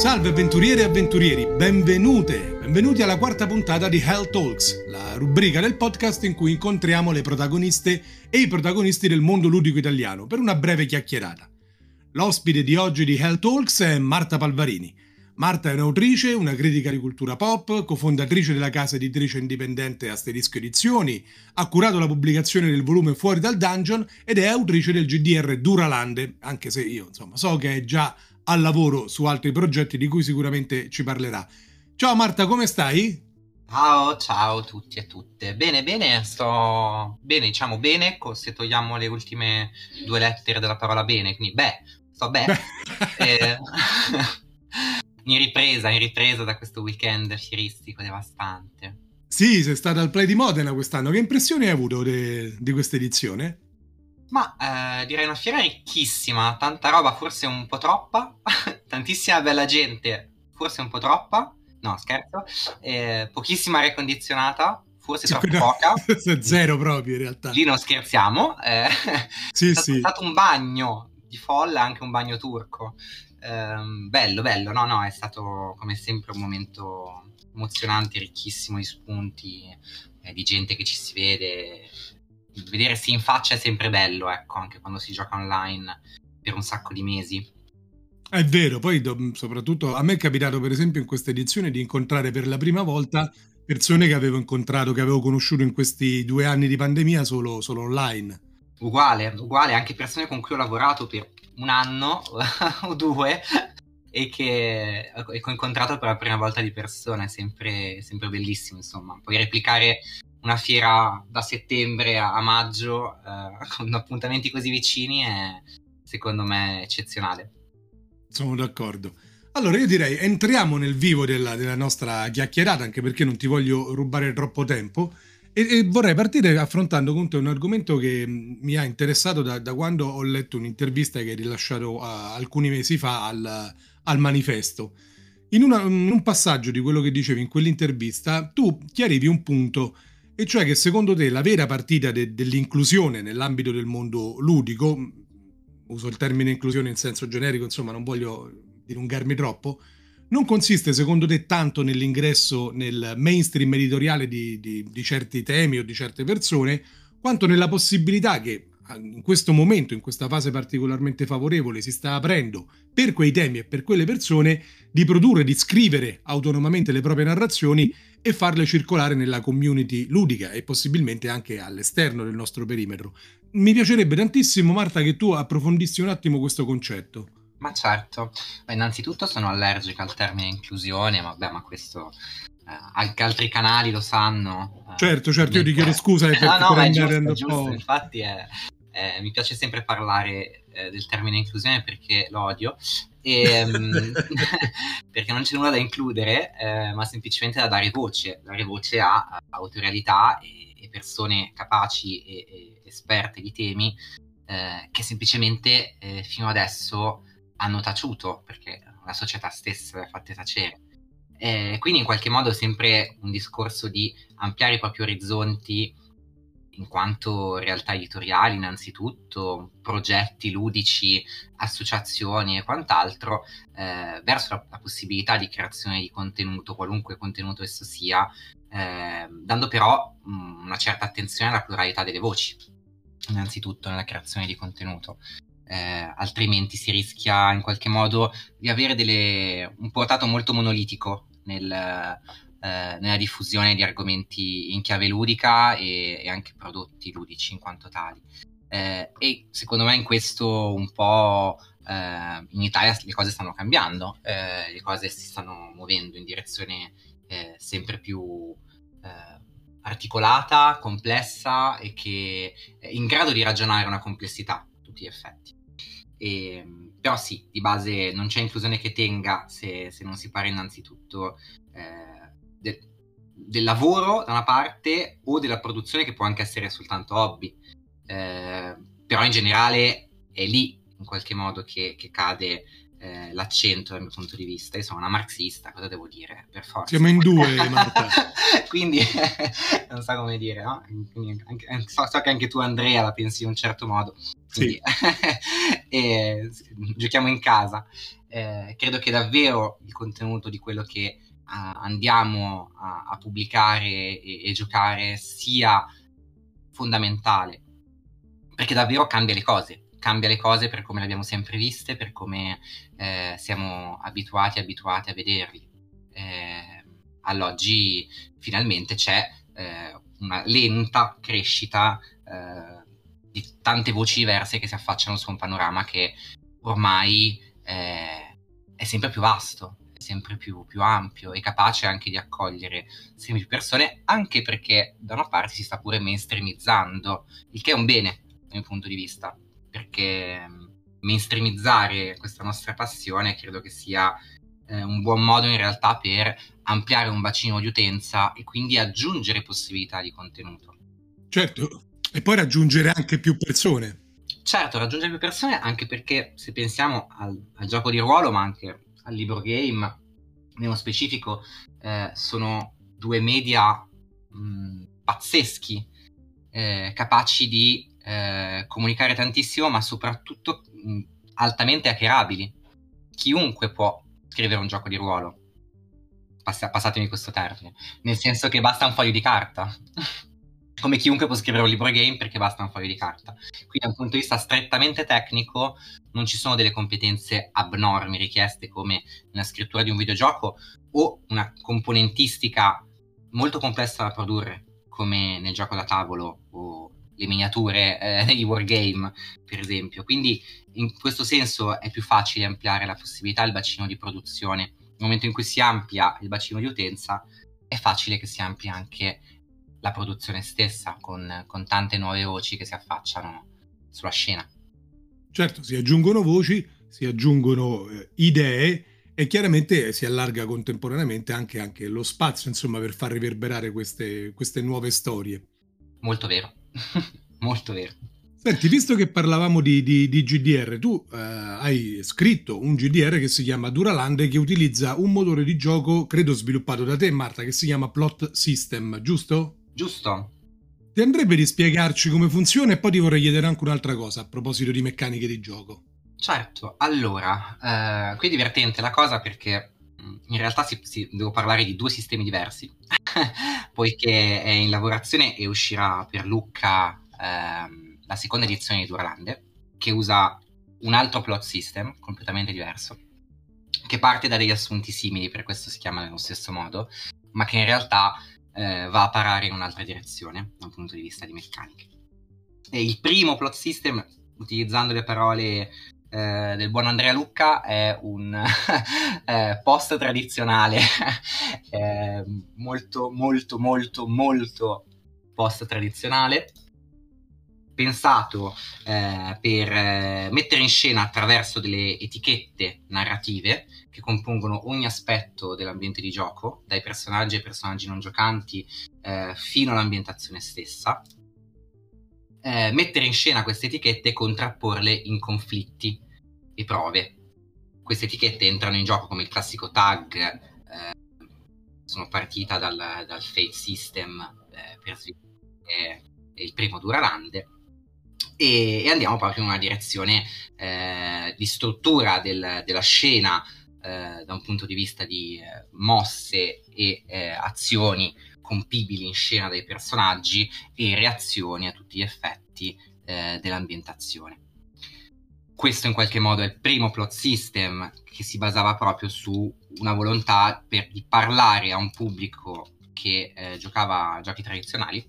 Salve avventuriere e avventurieri, benvenuti alla quarta puntata di Hell Talks, la rubrica del podcast in cui incontriamo le protagoniste e i protagonisti del mondo ludico italiano per una breve chiacchierata. L'ospite di oggi di Hell Talks è Marta Palvarini. Marta è un'autrice, una critica di cultura pop, cofondatrice della casa editrice indipendente Asterisco Edizioni, ha curato la pubblicazione del volume Fuori dal Dungeon ed è autrice del GDR Duralande, anche se io so che è già al lavoro su altri progetti di cui sicuramente ci parlerà. Ciao Marta, come stai? Ciao a tutti e tutte. Bene, sto bene, diciamo bene, se togliamo le ultime due lettere della parola bene, quindi sto bene. In ripresa da questo weekend fieristico devastante. Sì, sei stata al Play di Modena quest'anno. Che impressioni hai avuto di questa edizione? Ma direi una fiera ricchissima, tanta roba, forse un po' troppa, tantissima bella gente, forse un po' troppa, no scherzo, pochissima aria condizionata, forse troppo poca. Zero proprio in realtà. Lì non scherziamo, sì, è stato un bagno di folla, anche un bagno turco. Bello, no, è stato come sempre un momento emozionante, ricchissimo di spunti, di gente che ci si vede. Vedersi in faccia è sempre bello, ecco, anche quando si gioca online per un sacco di mesi. È vero, poi soprattutto a me è capitato per esempio in questa edizione di incontrare per la prima volta persone che avevo conosciuto in questi 2 anni di pandemia solo online. Uguale, anche persone con cui ho lavorato per un anno o 2 e che ho incontrato per la prima volta di persona, è sempre bellissimo, insomma. Puoi replicare una fiera da settembre a maggio con appuntamenti così vicini è secondo me eccezionale. Sono d'accordo. Allora io direi entriamo nel vivo della nostra chiacchierata, anche perché non ti voglio rubare troppo tempo e vorrei partire affrontando con te un argomento che mi ha interessato da quando ho letto un'intervista che hai rilasciato alcuni mesi fa al Manifesto. In un passaggio di quello che dicevi in quell'intervista tu chiarivi un punto, e cioè che secondo te la vera partita dell'inclusione nell'ambito del mondo ludico, uso il termine inclusione in senso generico, insomma non voglio dilungarmi troppo, non consiste secondo te tanto nell'ingresso nel mainstream editoriale di certi temi o di certe persone, quanto nella possibilità che in questo momento, in questa fase particolarmente favorevole, si sta aprendo per quei temi e per quelle persone di produrre, di scrivere autonomamente le proprie narrazioni e farle circolare nella community ludica e possibilmente anche all'esterno del nostro perimetro. Mi piacerebbe tantissimo, Marta, che tu approfondissi un attimo questo concetto. Ma certo, innanzitutto sono allergica al termine inclusione, ma questo anche altri canali lo sanno. Certo, io ti chiedo scusa no, ma è giusto, infatti mi piace sempre parlare del termine inclusione perché lo odio, perché non c'è nulla da includere, ma semplicemente da dare voce a autorialità e persone capaci e esperte di temi che semplicemente fino adesso hanno taciuto perché la società stessa le ha fatte tacere. Quindi in qualche modo è sempre un discorso di ampliare i propri orizzonti in quanto realtà editoriali innanzitutto, progetti ludici, associazioni e quant'altro, verso la possibilità di creazione di contenuto, qualunque contenuto esso sia, dando però una certa attenzione alla pluralità delle voci, innanzitutto nella creazione di contenuto. Altrimenti si rischia in qualche modo di avere un portato molto monolitico nella diffusione di argomenti in chiave ludica e anche prodotti ludici in quanto tali. E secondo me in questo un po' in Italia le cose stanno cambiando, le cose si stanno muovendo in direzione sempre più articolata, complessa e che è in grado di ragionare una complessità a tutti gli effetti. Però sì, di base non c'è inclusione che tenga se non si parla innanzitutto del lavoro da una parte o della produzione che può anche essere soltanto hobby, però in generale è lì in qualche modo che cade l'accento dal mio punto di vista. Io sono una marxista, cosa devo dire? Per forza. Siamo in due, Marta. Quindi non so come dire, no? Quindi so che anche tu, Andrea, la pensi in un certo modo. Quindi, sì. Giochiamo in casa. Credo che davvero il contenuto di quello che andiamo a pubblicare e giocare sia fondamentale, perché davvero cambia le cose per come le abbiamo sempre viste, per come siamo abituati a vederli. All'oggi finalmente c'è una lenta crescita di tante voci diverse che si affacciano su un panorama che ormai è sempre più vasto, è sempre più ampio e capace anche di accogliere sempre più persone, anche perché da una parte si sta pure mainstreamizzando, il che è un bene dal mio punto di vista, perché mainstreamizzare questa nostra passione credo che sia un buon modo in realtà per ampliare un bacino di utenza e quindi aggiungere possibilità di contenuto. Certo, e poi raggiungere anche più persone. Certo, raggiungere più persone, anche perché se pensiamo al gioco di ruolo, ma anche al libro game, nello specifico, sono due media pazzeschi, capaci di comunicare tantissimo, ma soprattutto altamente hackerabili. Chiunque può scrivere un gioco di ruolo, passatemi questo termine, nel senso che basta un foglio di carta. Come chiunque può scrivere un libro game, perché basta un foglio di carta. Quindi da un punto di vista strettamente tecnico non ci sono delle competenze abnormi richieste come nella scrittura di un videogioco o una componentistica molto complessa da produrre come nel gioco da tavolo o le miniature negli wargame, per esempio. Quindi in questo senso è più facile ampliare la possibilità, il bacino di produzione. Nel momento in cui si amplia il bacino di utenza è facile che si ampli anche la produzione stessa, con tante nuove voci che si affacciano sulla scena. Certo, si aggiungono voci, si aggiungono idee e chiaramente si allarga contemporaneamente anche lo spazio, insomma, per far riverberare queste nuove storie. Molto vero, molto vero. Senti, visto che parlavamo di GDR, tu hai scritto un GDR che si chiama Duraland, che utilizza un motore di gioco, credo sviluppato da te, Marta, che si chiama Plot System, giusto? Giusto. Ti andrebbe di spiegarci come funziona e poi ti vorrei chiedere anche un'altra cosa a proposito di meccaniche di gioco. Certo, allora, qui è divertente la cosa perché in realtà devo parlare di due sistemi diversi, poiché è in lavorazione e uscirà per Lucca la seconda edizione di Duralande, che usa un altro plot system completamente diverso, che parte da degli assunti simili, per questo si chiama nello stesso modo, ma che in realtà va a parare in un'altra direzione da un punto di vista di meccaniche. E il primo plot system, utilizzando le parole del buon Andrea Lucca, è un post tradizionale, molto molto molto molto post tradizionale, pensato per mettere in scena attraverso delle etichette narrative che compongono ogni aspetto dell'ambiente di gioco, dai personaggi ai personaggi non giocanti fino all'ambientazione stessa, mettere in scena queste etichette e contrapporle in conflitti e prove. Queste etichette entrano in gioco come il classico tag, sono partita dal Fate System per sviluppare il primo Duralande, e andiamo proprio in una direzione di struttura della scena da un punto di vista di mosse e azioni compibili in scena dai personaggi e reazioni a tutti gli effetti dell'ambientazione. Questo in qualche modo è il primo plot system che si basava proprio su una volontà di parlare a un pubblico che giocava a giochi tradizionali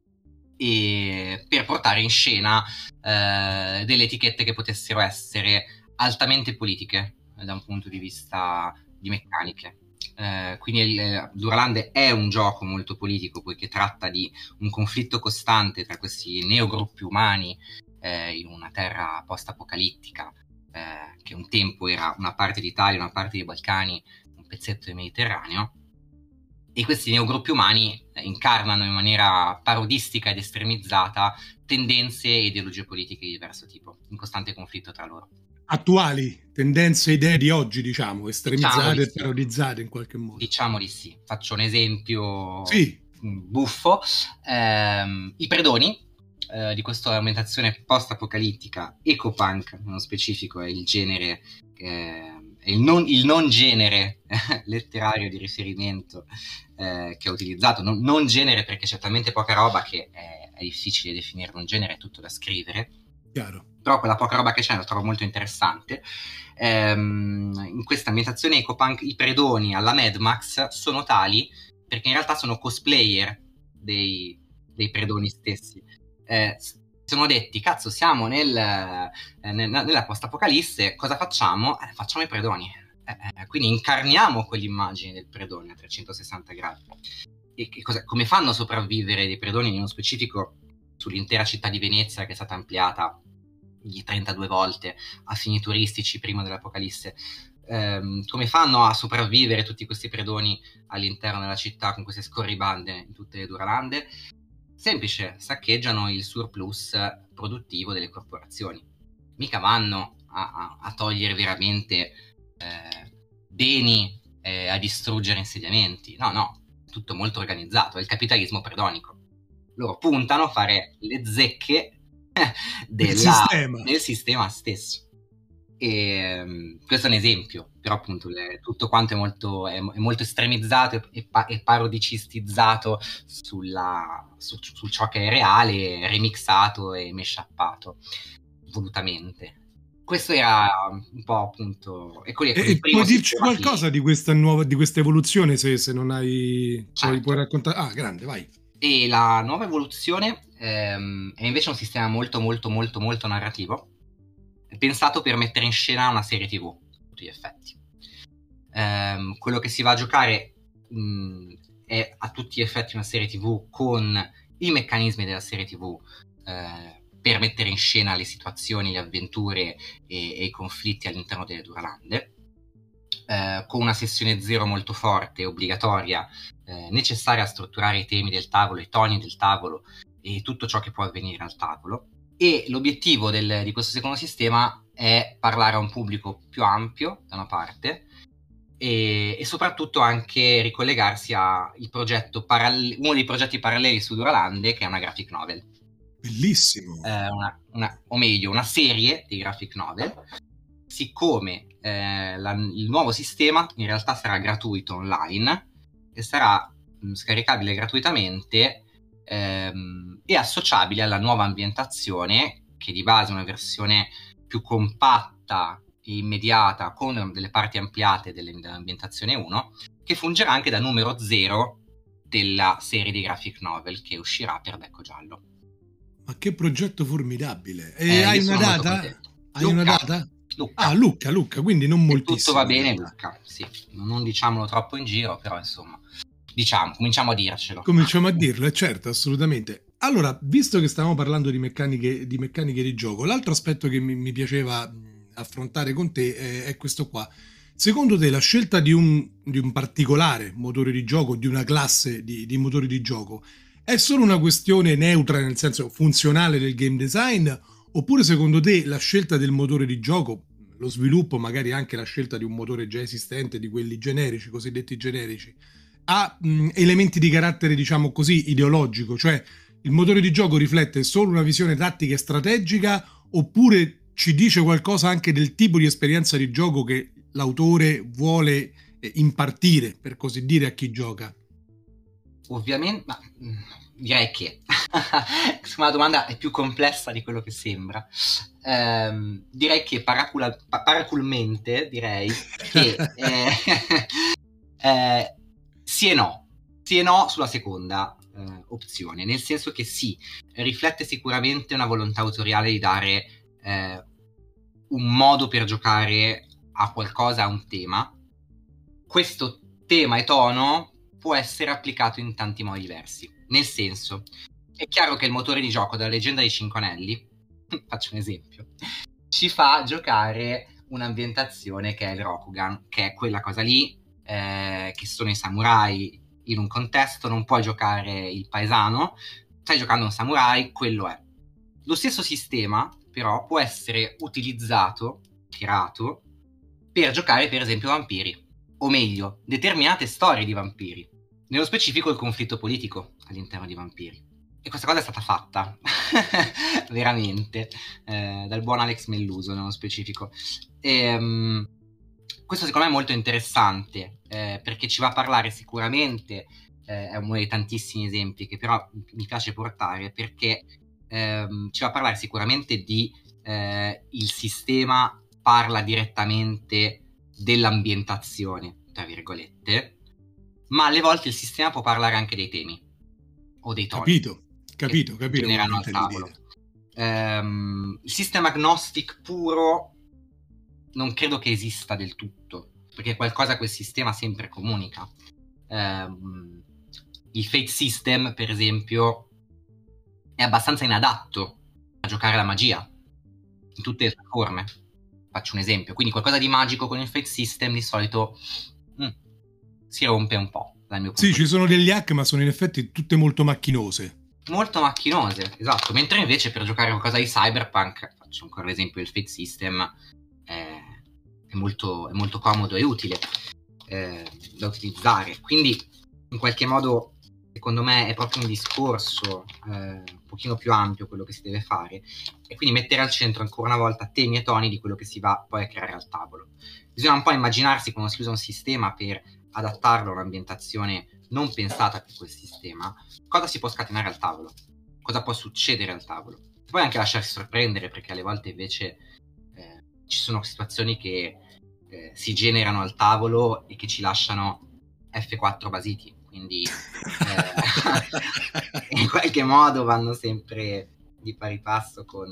e per portare in scena delle etichette che potessero essere altamente politiche da un punto di vista di meccaniche. Quindi Duralande è un gioco molto politico, poiché tratta di un conflitto costante tra questi neogruppi umani in una terra post-apocalittica che un tempo era una parte d'Italia, una parte dei Balcani, un pezzetto del Mediterraneo, e questi neogruppi umani incarnano in maniera parodistica ed estremizzata tendenze e ideologie politiche di diverso tipo, in costante conflitto tra loro. attuali, tendenze, idee di oggi, diciamo, Diciamo di estremizzate e sì. parodizzate in qualche modo. Diciamo di sì. Faccio un esempio Sì, buffo. I predoni di questa ambientazione post-apocalittica, ecopunk nello specifico, è il genere, è il non genere letterario di riferimento che ho utilizzato. Non genere perché c'è talmente poca roba che è difficile definire un genere, è tutto da scrivere. chiaro. Però quella poca roba che c'è la trovo molto interessante. In questa ambientazione ecopunk i predoni alla Mad Max sono tali perché in realtà sono cosplayer dei predoni stessi. Sono detti, cazzo, siamo nella post-apocalisse, cosa facciamo? Facciamo i predoni. Quindi incarniamo quell'immagine del predone a 360 gradi. E come fanno a sopravvivere dei predoni, nello specifico sull'intera città di Venezia, che è stata ampliata di 32 volte a fini turistici prima dell'apocalisse? Come fanno a sopravvivere tutti questi predoni all'interno della città con queste scorribande in tutte le Duralande? Semplice, saccheggiano il surplus produttivo delle corporazioni. Mica vanno a togliere veramente beni, a distruggere insediamenti. No, tutto molto organizzato, è il capitalismo predonico. Loro puntano a fare le zecche del sistema stesso. E questo è un esempio, però appunto tutto quanto è molto estremizzato e parodicistizzato su ciò che è reale, remixato e mashuppato volutamente. Questo era un po' appunto. E puoi dirci qualcosa di questa evoluzione, se non hai. Certo. Puoi raccontare? Ah, grande, vai. E la nuova evoluzione è invece un sistema molto molto molto molto narrativo, pensato per mettere in scena una serie TV, a tutti gli effetti. Quello che si va a giocare è a tutti gli effetti una serie TV con i meccanismi della serie TV per mettere in scena le situazioni, le avventure e i conflitti all'interno delle Duralande, con una sessione zero molto forte, obbligatoria, necessaria a strutturare i temi del tavolo, i toni del tavolo e tutto ciò che può avvenire al tavolo. E l'obiettivo di questo secondo sistema è parlare a un pubblico più ampio, da una parte, e soprattutto anche ricollegarsi a uno dei progetti paralleli su Duralande, che è una graphic novel. Bellissimo. O meglio, una serie di graphic novel. Siccome il nuovo sistema in realtà sarà gratuito online e sarà scaricabile gratuitamente e associabile alla nuova ambientazione, che di base è una versione più compatta e immediata con delle parti ampliate dell'ambientazione 1, che fungerà anche da numero 0 della serie di graphic novel che uscirà per Becco Giallo. Ma che progetto formidabile! E hai una data? Hai una data? Luca. Luca, quindi non moltissimo. Tutto va bene, Luca, sì. Non diciamolo troppo in giro, però insomma, cominciamo a dircelo. Cominciamo a dirlo, certo, assolutamente. Allora, visto che stavamo parlando di meccaniche di gioco, l'altro aspetto che mi piaceva affrontare con te è questo qua. Secondo te la scelta di un particolare motore di gioco, di una classe di motori di gioco, è solo una questione neutra, nel senso funzionale del game design, oppure secondo te la scelta del motore di gioco, lo sviluppo, magari anche la scelta di un motore già esistente, di quelli generici, cosiddetti generici, ha elementi di carattere, diciamo così, ideologico? Cioè il motore di gioco riflette solo una visione tattica e strategica, oppure ci dice qualcosa anche del tipo di esperienza di gioco che l'autore vuole impartire, per così dire, a chi gioca? Ovviamente, ma direi che la domanda è più complessa di quello che sembra. Direi che paraculmente direi che sì e no sulla seconda opzione, nel senso che sì, riflette sicuramente una volontà autoriale di dare un modo per giocare a qualcosa, a un tema. Questo tema e tono può essere applicato in tanti modi diversi. Nel senso, è chiaro che il motore di gioco della Leggenda dei Cinque Anelli, faccio un esempio, ci fa giocare un'ambientazione che è il Rokugan, che è quella cosa lì, che sono i samurai in un contesto, non puoi giocare il paesano, stai giocando un samurai, quello è. Lo stesso sistema, però, può essere utilizzato tirato per giocare per esempio vampiri, o meglio, determinate storie di vampiri, nello specifico il conflitto politico all'interno di vampiri. E questa cosa è stata fatta veramente dal buon Alex Melluso nello specifico. Questo secondo me è molto interessante perché ci va a parlare sicuramente, è uno dei tantissimi esempi che però mi piace portare, perché ci va a parlare sicuramente di il sistema parla direttamente dell'ambientazione, tra virgolette, ma alle volte il sistema può parlare anche dei temi o dei toni Capito che quello generano che al intendi tavolo. dire. Il sistema agnostic puro non credo che esista del tutto, perché qualcosa quel sistema sempre comunica. Il Fate System, per esempio, è abbastanza inadatto a giocare la magia in tutte le sue forme. Faccio un esempio, quindi qualcosa di magico con il Fate System di solito si rompe un po' dal mio punto Sì, di ci vista. sono degli hack, ma sono in effetti tutte molto macchinose. Molto macchinose, esatto, mentre invece per giocare qualcosa di cyberpunk, faccio ancora l'esempio del Fate System, è molto comodo e utile da utilizzare, quindi in qualche modo secondo me è proprio un discorso un pochino più ampio quello che si deve fare, e quindi mettere al centro ancora una volta temi e toni di quello che si va poi a creare al tavolo. Bisogna un po' immaginarsi quando si usa un sistema per adattarlo a un'ambientazione non pensata per quel sistema, cosa si può scatenare al tavolo, cosa può succedere al tavolo. Poi anche lasciarsi sorprendere, perché alle volte invece ci sono situazioni che si generano al tavolo e che ci lasciano F4 basiti, quindi in qualche modo vanno sempre di pari passo con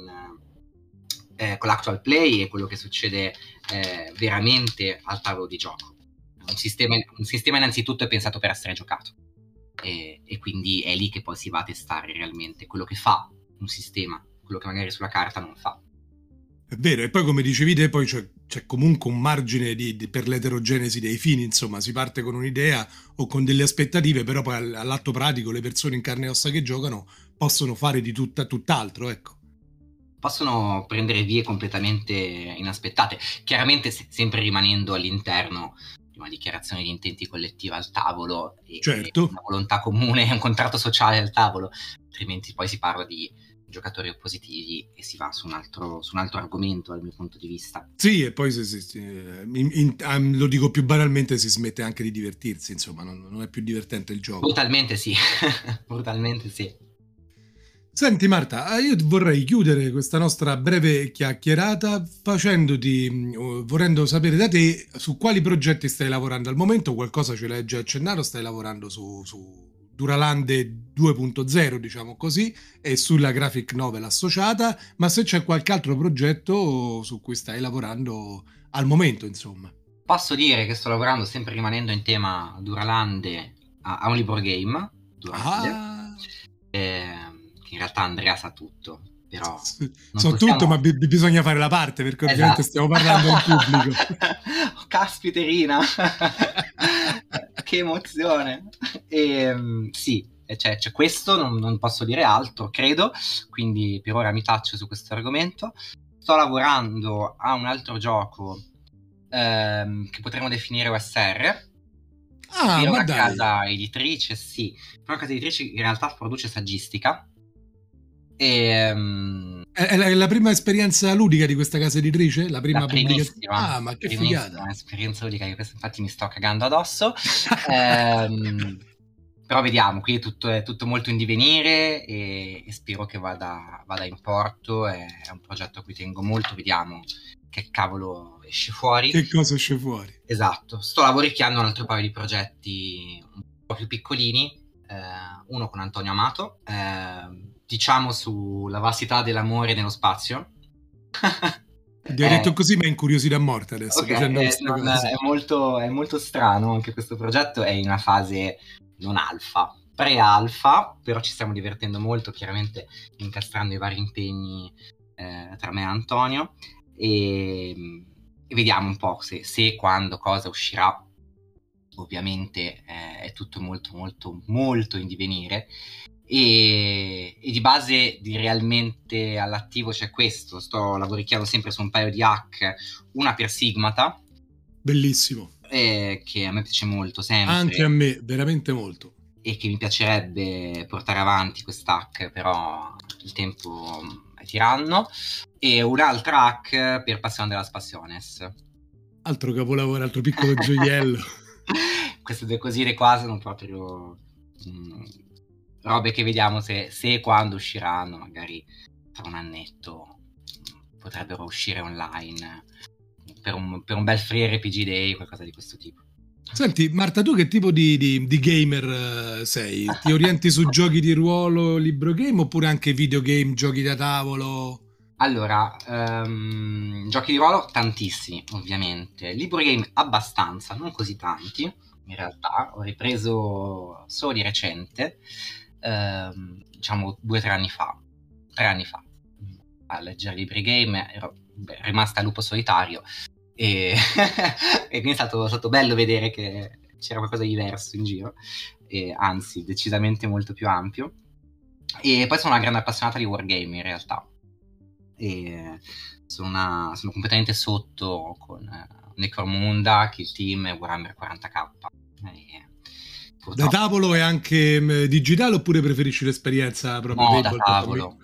l'actual play e quello che succede veramente al tavolo di gioco. Un sistema innanzitutto è pensato per essere giocato, e quindi è lì che poi si va a testare realmente quello che fa un sistema, quello che magari sulla carta non fa. È vero, e poi come dicevi te, poi c'è comunque un margine per l'eterogenesi dei fini, insomma, si parte con un'idea o con delle aspettative, però poi all'atto pratico le persone in carne e ossa che giocano possono fare di tutt'altro, ecco. Possono prendere vie completamente inaspettate, chiaramente sempre rimanendo all'interno di una dichiarazione di intenti collettiva al tavolo e Certo. una volontà comune, un contratto sociale al tavolo, altrimenti poi si parla di giocatori oppositivi e si va su un altro argomento dal mio punto di vista. Sì, e poi lo dico più banalmente, si smette anche di divertirsi, insomma, non è più divertente il gioco. Brutalmente sì, brutalmente sì. Senti Marta, io vorrei chiudere questa nostra breve chiacchierata volendo sapere da te su quali progetti stai lavorando al momento. Qualcosa ce l'hai già accennato, stai lavorando su Duralande 2.0, diciamo così, e sulla graphic novel associata, ma se c'è qualche altro progetto su cui stai lavorando al momento, insomma. Posso dire che sto lavorando, sempre rimanendo in tema Duralande, a un libro game, Duralande, che in realtà Andrea sa tutto, però so tutto, ma bisogna fare la parte, perché ovviamente stiamo parlando in pubblico. Oh, caspiterina! Che emozione! Sì, c'è questo, non posso dire altro, credo, quindi per ora mi taccio su questo argomento. Sto lavorando a un altro gioco che potremmo definire OSR, per una casa editrice, sì, per una casa editrice che in realtà produce saggistica. È la prima esperienza ludica di questa casa editrice? La prima pubblicazione? Ah, ma che figata! Esperienza ludica, che questa infatti mi sto cagando addosso. Però vediamo, qui è tutto molto in divenire e spero che vada in porto. È un progetto a cui tengo molto, vediamo che cavolo esce fuori. Che cosa esce fuori? Esatto, sto lavoricchiando un altro paio di progetti un po' più piccolini, uno con Antonio Amato, diciamo sulla vastità dell'amore nello spazio. Ti ho detto così, ma è incuriosito a morte adesso. Okay, è molto strano, anche questo progetto è in una fase non alfa, pre-alfa, però ci stiamo divertendo molto, chiaramente incastrando i vari impegni tra me e Antonio, e vediamo un po' se quando, cosa uscirà. Ovviamente è tutto molto molto molto in divenire, e di base di realmente all'attivo c'è questo. Sto lavoricchiando sempre su un paio di hack, una per Sigmata, Bellissimo. che a me piace molto sempre. Anche a me, veramente molto. E che mi piacerebbe portare avanti quest'hack, però il tempo è tiranno. E un'altra hack per Passione della Passiones. Altro capolavoro, altro piccolo gioiello. Queste due cosine qua sono proprio robe che vediamo se e quando usciranno, magari tra un annetto potrebbero uscire online per un bel free RPG day, qualcosa di questo tipo. Senti, Marta, tu che tipo di gamer sei? Ti orienti su giochi di ruolo, libro game, oppure anche videogame, giochi da tavolo? Allora, giochi di ruolo tantissimi, ovviamente. Libro game abbastanza, non così tanti, in realtà. Ho ripreso solo di recente, diciamo 2 o 3 anni fa. 3 anni fa. A leggere libri game, ero rimasta a lupo solitario. E, e quindi è stato bello vedere che c'era qualcosa di diverso in giro, e anzi decisamente molto più ampio. E poi sono una grande appassionata di wargame in realtà, e sono completamente sotto con Necromunda, Kill Team e Warhammer 40k. Da tavolo e anche digitale, oppure preferisci l'esperienza proprio? No, da tavolo.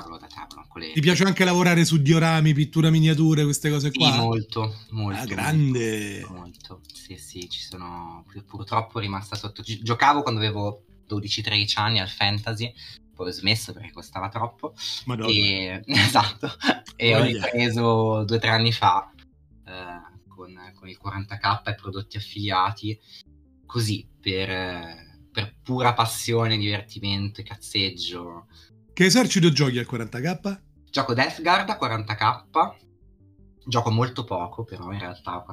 Ti piace anche lavorare su diorammi, pittura miniature, queste cose qua? Sì, molto. Ah, grande! Molto. Sì, ci sono purtroppo rimasta sotto. Giocavo quando avevo 12-13 anni al fantasy, poi ho smesso perché costava troppo. Madonna. Esatto. E ho ripreso 2 o 3 anni fa con il 40k e prodotti affiliati, così per pura passione, divertimento e cazzeggio. Che esercito giochi al 40k? Gioco Death Guard a 40k, gioco molto poco però in realtà a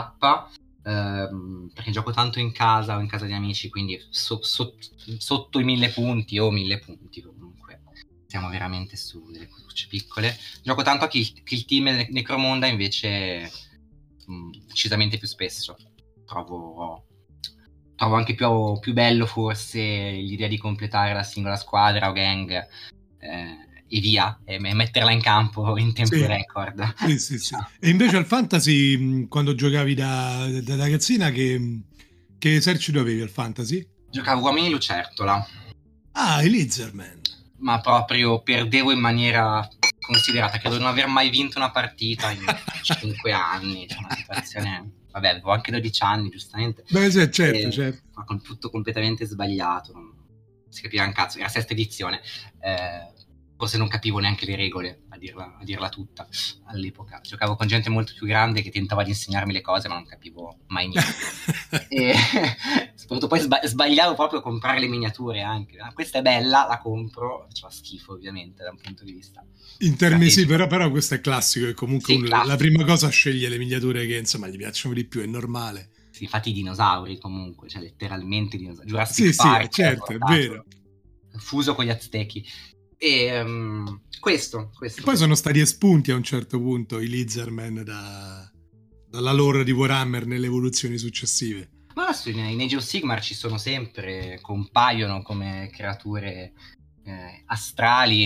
40k, perché gioco tanto in casa o in casa di amici, quindi sotto i 1000 punti o 1000 punti comunque. Siamo veramente su delle cose piccole. Gioco tanto a Kill Team e Necromunda invece decisamente più spesso. Trovo anche più bello forse l'idea di completare la singola squadra o gang e via, e metterla in campo in tempo record. Sì. E invece al fantasy, quando giocavi da ragazzina, che esercito avevi al fantasy? Giocavo uomini lucertola. Ah, i Lizardmen. Ma proprio perdevo in maniera considerata, credo non aver mai vinto una partita in 5 anni, cioè una situazione... Vabbè, avevo anche 12 anni, giustamente. Beh, sì, certo. Ma con tutto completamente sbagliato. Non si capiva un cazzo, era 6ª edizione. Forse non capivo neanche le regole, a dirla tutta, all'epoca. Giocavo con gente molto più grande che tentava di insegnarmi le cose, ma non capivo mai niente. E soprattutto poi sbagliavo proprio a comprare le miniature anche. Questa è bella, la compro, faceva schifo ovviamente da un punto di vista. In termini sì, però questo è classico, e comunque la prima cosa sceglie le miniature che insomma gli piacciono di più, è normale. Sì, infatti i dinosauri comunque, cioè letteralmente dinosauri. Jurassic Park, sì, certo, è vero. Fuso con gli aztechi. E questo. E poi sono stati espunti a un certo punto i Lizardmen dalla lore di Warhammer nelle evoluzioni successive. Ma adesso in Age of Sigmar ci sono sempre, compaiono come creature astrali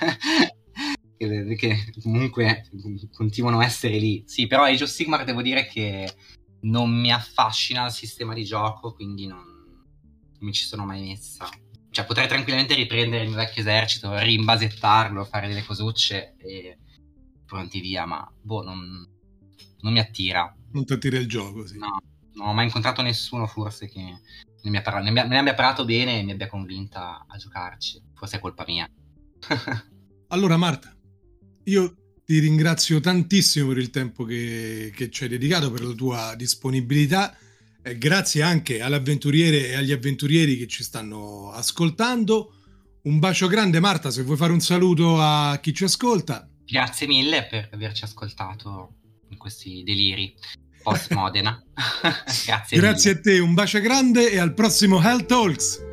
che comunque continuano a essere lì. Sì, però Age of Sigmar devo dire che non mi affascina il sistema di gioco, quindi non mi ci sono mai messa. Cioè potrei tranquillamente riprendere il mio vecchio esercito, rimbasettarlo, fare delle cosucce e pronti via, ma non mi attira. Non ti attira il gioco, sì. No, non ho mai incontrato nessuno forse che ne abbia parlato bene e mi abbia convinta a giocarci. Forse è colpa mia. Allora Marta, io ti ringrazio tantissimo per il tempo che ci hai dedicato, per la tua disponibilità. Grazie anche all'avventuriere e agli avventurieri che ci stanno ascoltando. Un bacio grande, Marta, se vuoi fare un saluto a chi ci ascolta. Grazie mille per averci ascoltato in questi deliri post Modena. Grazie a te, un bacio grande e al prossimo Hell Talks.